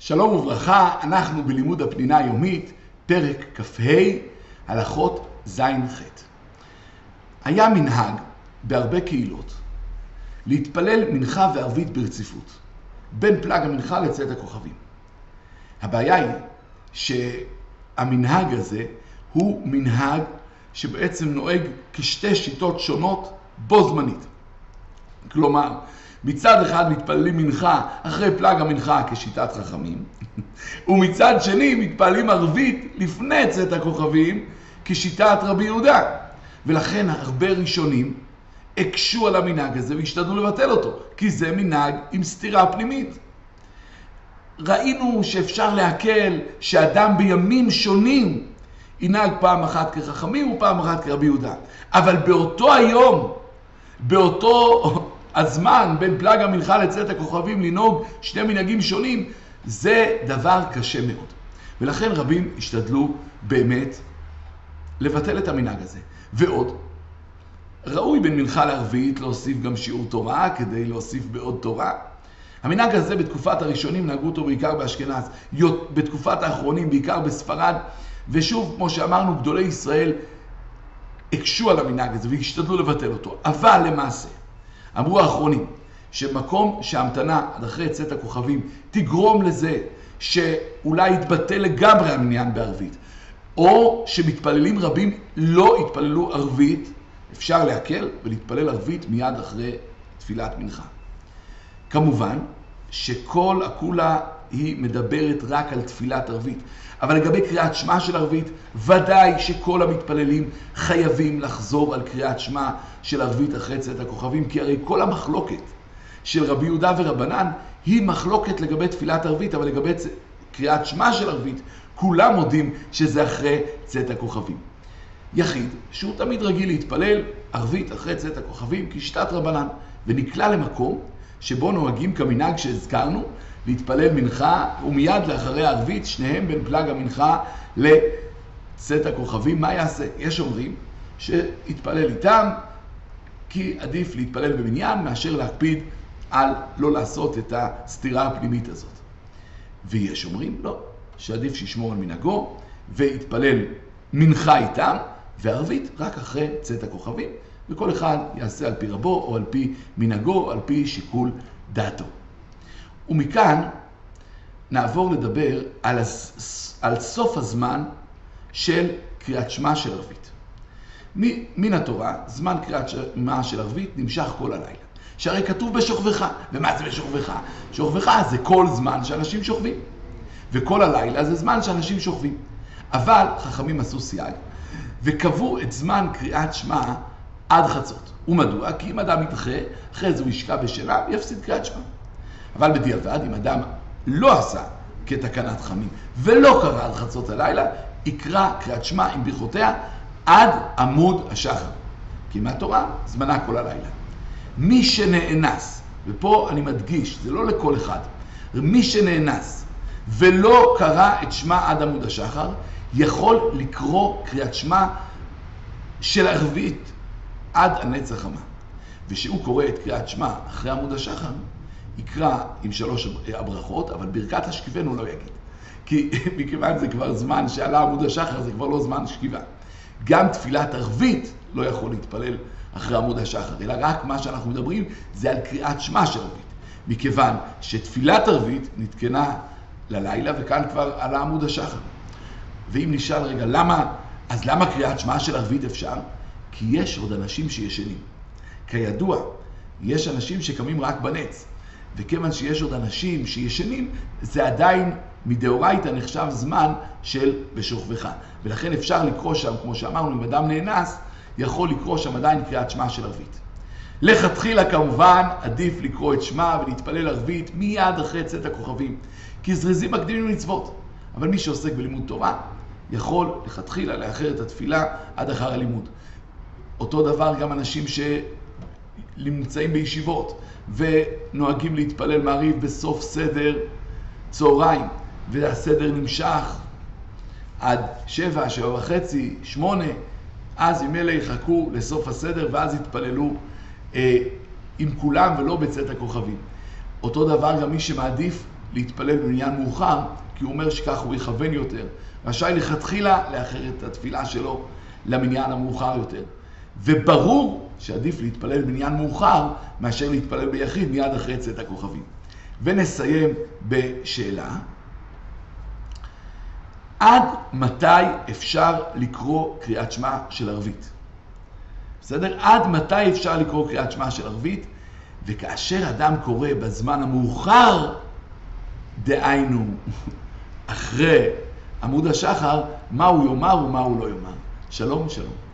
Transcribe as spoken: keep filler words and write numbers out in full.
שלום וברכה, אנחנו בלימוד הפנינה היומית, פרק כ"ה, הלכות ז' ח'. היה מנהג בהרבה קהילות להתפלל מנחה וערבית ברציפות, בין פלג המנחה לצאת הכוכבים. הבעיה היא שהמנהג הזה הוא מנהג שבעצם נוהג כשתי שיטות שונות בו זמנית. כלומר, מצד אחד מתפללים מנחה אחרי פלג המנחה כשיטת חכמים, ומצד שני מתפללים ערבית לפני צאת הכוכבים כשיטת רבי יהודה. ולכן הרבה ראשונים הקשו על המנהג הזה והשתדלו לבטל אותו, כי זה מנהג עם סתירה פנימית. ראינו שאפשר להקל שאדם בימים שונים ינהג פעם אחת כחכמים ופעם אחת כרבי יהודה. אבל באותו היום, באותו הזמן בין פלג המנחה לצאת הכוכבים לנהוג שני מנהגים שונים, זה דבר קשה מאוד. ולכן רבים השתדלו באמת לבטל את המנהג הזה. ועוד, ראוי בין מנחה לערבית להוסיף גם שיעור תורה כדי להוסיף בעוד תורה. המנהג הזה בתקופת הראשונים נהגו אותו בעיקר באשכנז, בתקופת האחרונים בעיקר בספרד, ושוב, כמו שאמרנו, גדולי ישראל הקשו על המנהג הזה והשתדלו לבטל אותו. אבל למעשה, אמרו האחרונים, שמקום שהמתנה עד אחרי צאת הכוכבים תגרום לזה שאולי יתבטל לגמרי המניין בערבית, או שמתפללים רבים לא יתפללו ערבית, אפשר להקל ולהתפלל ערבית מיד אחרי תפילת מנחה. כמובן שכל הכולה היא מדברת רק על תפילת ערבית, אבל לגבי קריאת שמע של ערבית, ודאי שכל המתפללים חייבים לחזור על קריאת שמע של ערבית אחרי צאת הכוכבים, כי הרי כל המחלוקת של רבי יהודה ורבנן היא מחלוקת לגבי תפילת ערבית, אבל לגבי קריאת שמע של ערבית, כולם מודים שזה אחרי צאת הכוכבים. יחיד שהוא תמיד רגיל להתפלל ערבית אחרי צאת הכוכבים כשיטת רבנן, ונקלע למקום שבו נוהגים כמנהג שהזכרנו, להתפלל מנחה ומיד לאחרי הערבית, שניהם בין פלג המנחה לצאת הכוכבים. מה יעשה? יש אומרים שיתפלל איתם, כי עדיף להתפלל במניין מאשר להקפיד על לא לעשות את הסתירה הפנימית הזאת. ויש אומרים לא, שעדיף שישמור על מנהגו ויתפלל מנחה איתם, וערבית רק אחרי צאת הכוכבים, וכל אחד יעשה על פי רבו או על פי מנהגו, על פי שיקול דעתו. ומכאן נעבור לדבר על, על סוף הזמן של קריאת שמע של ערבית. מן התורה, זמן קריאת שמע של ערבית נמשך כל הלילה. שהרי כתוב בשוכבך. ומה זה בשוכבך? שוכבך זה כל זמן שאנשים שוכבים. וכל הלילה זה זמן שאנשים שוכבים. אבל חכמים עשו סייג, וקבעו את זמן קריאת שמע עד חצות. ומדוע? כי אם אדם יתחה, אחרי זה הוא ישקע בשינה ויפסיד קריאת שמע. אבל בדיעבד, אם אדם לא עשה כתקנת חכמים ולא קרא עד חצות הלילה, יקרא קריאת שמע עם ברכותיה עד עמוד השחר. כי מהתורה זמנה כל הלילה. מי שנאנס, ופה אני מדגיש, זה לא לכל אחד, מי שנאנס ולא קרא את שמע עד עמוד השחר, יכול לקרוא קריאת שמע של ערבית עד הנץ החמה. ושהוא קורא את קריאת שמע אחרי עמוד השחר, יקרא עם שלוש הברכות, אבל ברכת השכיבנו לא יגיד. כי מכיוון זה כבר זמן שעלה עמוד השחר, זה כבר לא זמן שכיבה. גם תפילת ערבית לא יכול להתפלל אחרי עמוד השחר, אלא רק מה שאנחנו מדברים זה על קריאת שמע של ערבית. מכיוון שתפילת ערבית נתקנה ללילה, וכאן כבר עלה עמוד השחר. ואם נשאל רגע, למה, אז למה קריאת שמע של ערבית אפשר? כי יש עוד אנשים שישנים. כידוע, יש אנשים שקמים רק בנץ. וכיוון שיש עוד אנשים שישנים, זה עדיין מדאורייתא נחשב זמן של בשוכבך. ולכן אפשר לקרוא שם, כמו שאמרנו, אם אדם נאנס, יכול לקרוא שם עדיין קריאת שמע של ערבית. לכתחילה כמובן, עדיף לקרוא את שמע ולהתפלל ערבית מיד אחרי צאת הכוכבים. כי זריזים מקדימים למצוות. אבל מי שעוסק בלימוד תורה, יכול לכתחילה לאחר את התפילה עד אחר הלימוד. אותו דבר גם אנשים שנמצאים בישיבות ונוהגים להתפלל מעריב בסוף סדר צהריים, והסדר נמשך עד שבע, שבע וחצי, שמונה, אז עם אלה יחכו לסוף הסדר ואז יתפללו אה, עם כולם ולא בצאת הכוכבים. אותו דבר גם מי שמעדיף להתפלל במניין מאוחר, כי הוא אומר שכך הוא יכוון יותר. רשאי לכתחילה לאחר את התפילה שלו למניין המאוחר יותר. וברור שעדיף להתפלל במניין מאוחר מאשר להתפלל ביחיד מיד אחרי צאת הכוכבים. ונסיים בשאלה. עד מתי אפשר לקרוא קריאת שמע של ערבית? בסדר? עד מתי אפשר לקרוא קריאת שמע של ערבית? וכאשר אדם קורא בזמן המאוחר, דהיינו אחרי עמוד השחר, מה הוא יאמר ומה הוא לא יאמר. שלום שלום.